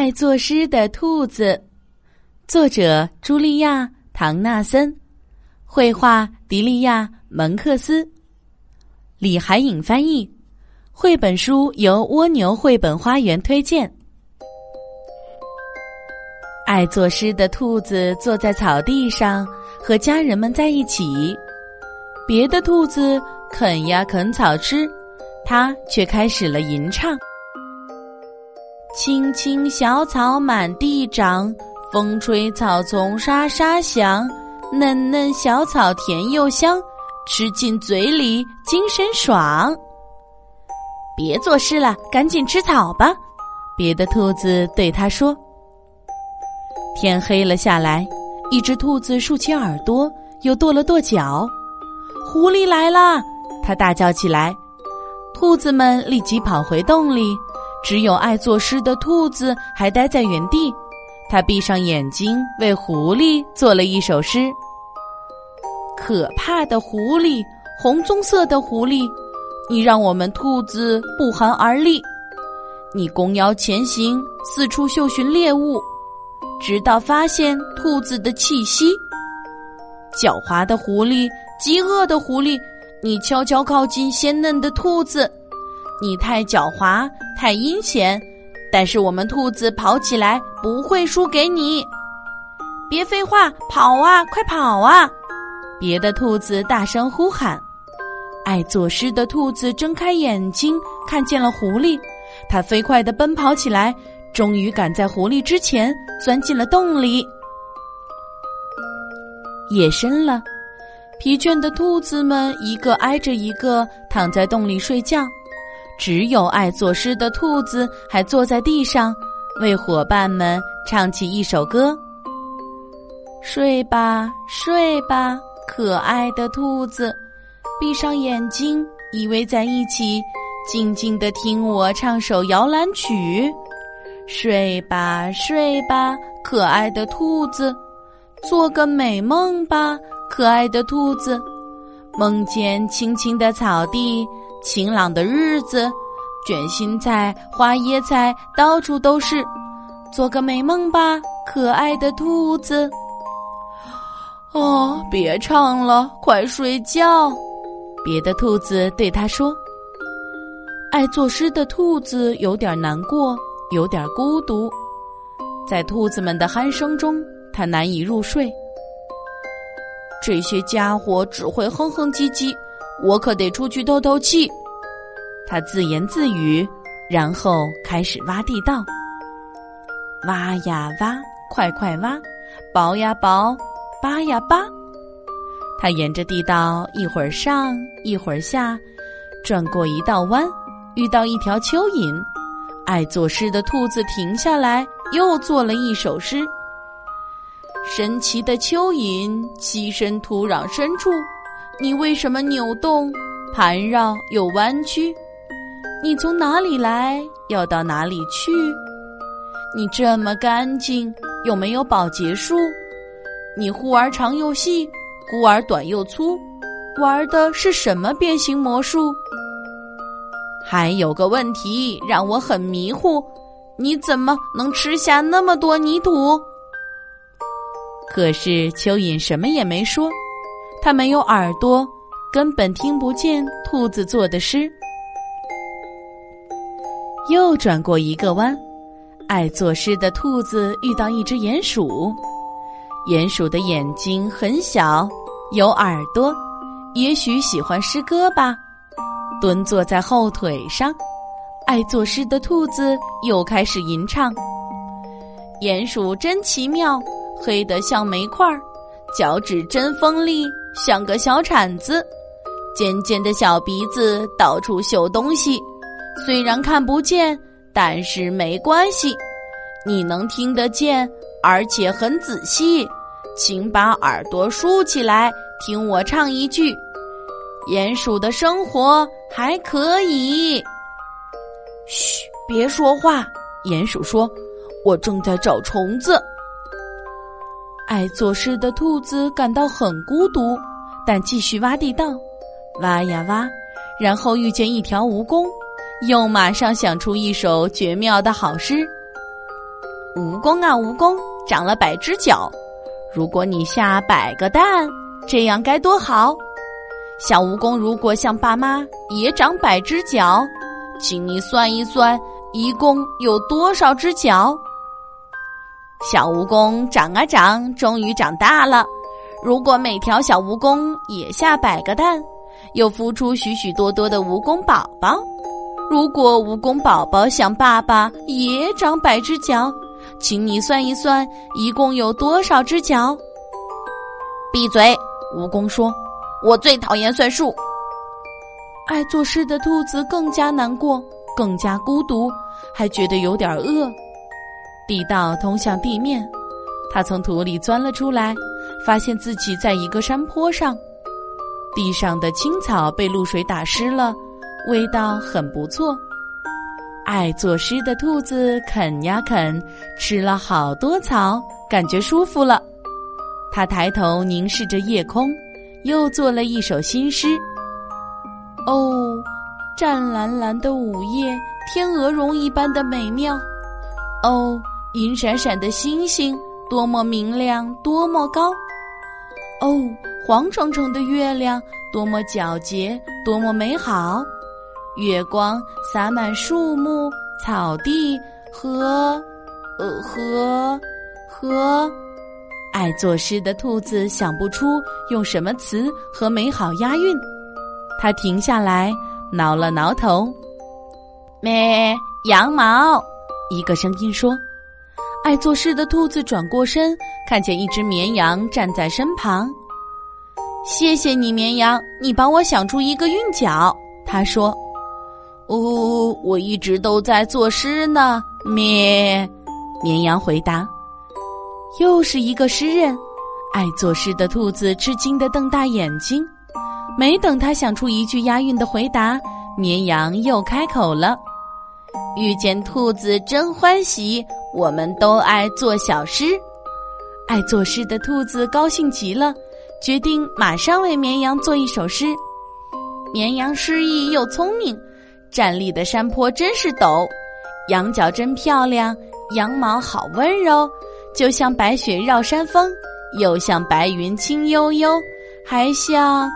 爱作诗的兔子，作者茱莉亚·唐纳森，绘画迪利亚·蒙克斯，李海颖翻译。绘本书由蜗牛绘本花园推荐。爱作诗的兔子坐在草地上，和家人们在一起。别的兔子啃呀啃草吃，它却开始了吟唱。青青小草满地长，风吹草丛沙沙响，嫩嫩小草甜又香，吃进嘴里精神爽。别作诗了，赶紧吃草吧，别的兔子对它说。天黑了下来，一只兔子竖起耳朵，又跺了跺脚。狐狸来啦！它大叫起来。兔子们立即跑回洞里，只有爱作诗的兔子还待在原地。它闭上眼睛，为狐狸做了一首诗。可怕的狐狸，红棕色的狐狸，你让我们兔子不寒而栗。你弓腰前行，四处嗅寻猎物，直到发现兔子的气息。狡猾的狐狸，饥饿的狐狸，你悄悄靠近鲜嫩的兔子。你太狡猾，太阴险，但是我们兔子跑起来不会输给你。别废话，跑啊，快跑啊！别的兔子大声呼喊。爱作诗的兔子睁开眼睛，看见了狐狸，它飞快地奔跑起来，终于赶在狐狸之前钻进了洞里。夜深了，疲倦的兔子们一个挨着一个躺在洞里睡觉，只有爱作诗的兔子还坐在地上，为伙伴们唱起一首歌。睡吧，睡吧，可爱的兔子，闭上眼睛，依偎在一起，静静地听我唱首摇篮曲。睡吧，睡吧，可爱的兔子，做个美梦吧，可爱的兔子，梦见青青的草地，晴朗的日子，卷心菜、花椰菜到处都是，做个美梦吧，可爱的兔子。哦，别唱了，快睡觉。别的兔子对他说。爱作诗的兔子有点难过，有点孤独，在兔子们的鼾声中，他难以入睡。这些家伙只会哼哼唧唧，我可得出去透透气。他自言自语，然后开始挖地道。挖呀挖，快快挖，刨呀刨，扒呀扒。他沿着地道一会儿上一会儿下，转过一道弯，遇到一条蚯蚓。爱作诗的兔子停下来，又做了一首诗。神奇的蚯蚓栖身土壤深处，你为什么扭动、盘绕又弯曲？你从哪里来，要到哪里去？你这么干净，有没有保洁术？你忽而长又细，忽而短又粗，玩的是什么变形魔术？还有个问题让我很迷糊，你怎么能吃下那么多泥土？可是蚯蚓什么也没说，它没有耳朵，根本听不见兔子做的诗。又转过一个弯，爱作诗的兔子遇到一只鼹鼠。鼹鼠的眼睛很小，有耳朵，也许喜欢诗歌吧。蹲坐在后腿上，爱作诗的兔子又开始吟唱。鼹鼠真奇妙，黑得像煤块，脚趾真锋利，像个小铲子，尖尖的小鼻子到处嗅东西，虽然看不见，但是没关系，你能听得见，而且很仔细，请把耳朵竖起来，听我唱一句。鼹鼠的生活还可以。嘘，别说话，鼹鼠说，我正在找虫子。爱作诗的兔子感到很孤独，但继续挖地道，挖呀挖，然后遇见一条蜈蚣，又马上想出一首绝妙的好诗。 蜈蚣啊蜈蚣，长了100只脚，如果你下100个蛋，这样该多好。小蜈蚣如果像爸妈也长100只脚，请你算一算，一共有多少只脚？小蜈蚣长啊长，终于长大了。如果每条小蜈蚣也下100个蛋，又孵出许许多多的蜈蚣宝宝。如果蜈蚣宝宝像爸爸也长100只脚，请你算一算，一共有多少只脚？闭嘴！蜈蚣说，我最讨厌算数。爱作诗的兔子更加难过，更加孤独，还觉得有点饿。地道通向地面，他从土里钻了出来，发现自己在一个山坡上，地上的青草被露水打湿了，味道很不错。爱作诗的兔子啃呀啃，吃了好多草，感觉舒服了。他抬头凝视着夜空，又做了一首新诗。哦，湛蓝蓝的午夜，天鹅绒一般的美妙。哦，银闪闪的星星，多么明亮，多么高。哦，黄澄澄的月亮，多么皎洁，多么美好。月光洒满树木、草地和爱作诗的兔子想不出用什么词和美好押韵，它停下来，挠了挠头。咩，羊毛，一个声音说。爱作诗的兔子转过身，看见一只绵羊站在身旁。谢谢你，绵羊，你帮我想出一个韵脚，他说。我一直都在作诗呢，咩，绵羊回答。又是一个诗人。爱作诗的兔子吃惊地瞪大眼睛，没等他想出一句押韵的回答，绵羊又开口了。遇见兔子真欢喜，我们都爱做小诗。爱作诗的兔子高兴极了，决定马上为绵羊做一首诗。绵羊诗意又聪明，站立的山坡真是陡，羊角真漂亮，羊毛好温柔，就像白雪绕山峰，又像白云轻悠悠，还像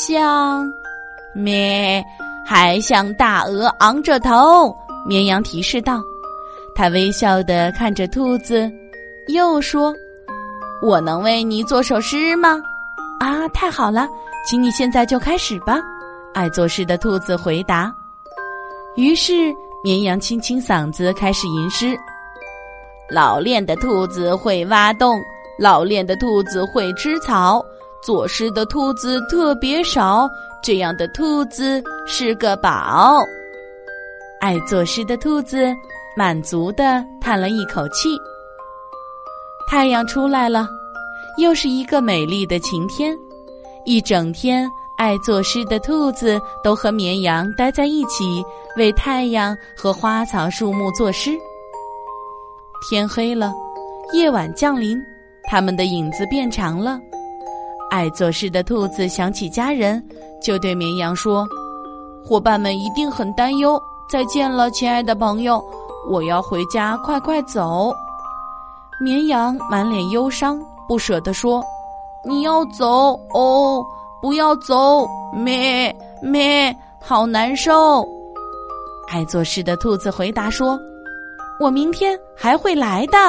咩，还像大鹅昂着头。绵羊提示道。他微笑地看着兔子，又说，我能为你做首诗吗？啊，太好了，请你现在就开始吧。爱作诗的兔子回答。于是绵羊清清嗓子开始吟诗。老练的兔子会挖洞，老练的兔子会吃草，作诗的兔子特别少，这样的兔子是个宝。爱作诗的兔子满足地叹了一口气。太阳出来了，又是一个美丽的晴天。一整天，爱作诗的兔子都和绵羊待在一起，为太阳和花草树木作诗。天黑了，夜晚降临，它们的影子变长了。爱作诗的兔子想起家人，就对绵羊说，伙伴们一定很担忧，再见了，亲爱的朋友，我要回家，快快走。绵羊满脸忧伤，不舍地说，你要走哦，不要走，咩，好难受。爱作诗的兔子回答说，我明天还会来的。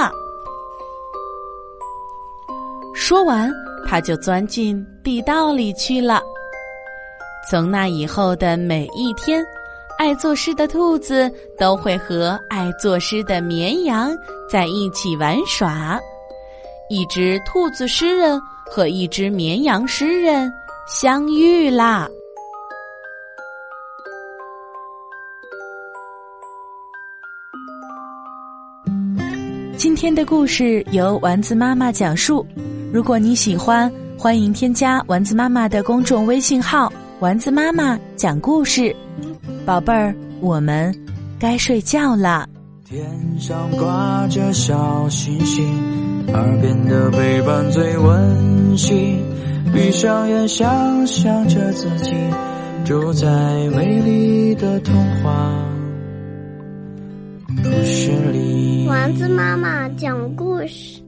说完，他就钻进地道里去了。从那以后的每一天，爱作诗的兔子都会和爱作诗的绵羊在一起玩耍。一只兔子诗人和一只绵羊诗人相遇啦。今天的故事由丸子妈妈讲述。如果你喜欢，欢迎添加丸子妈妈的公众微信号丸子妈妈讲故事。宝贝儿，我们该睡觉了。 天上挂着小星星，耳边的陪伴最温馨，闭上眼想象着自己住在美丽的童话故事里。 丸子妈妈讲故事。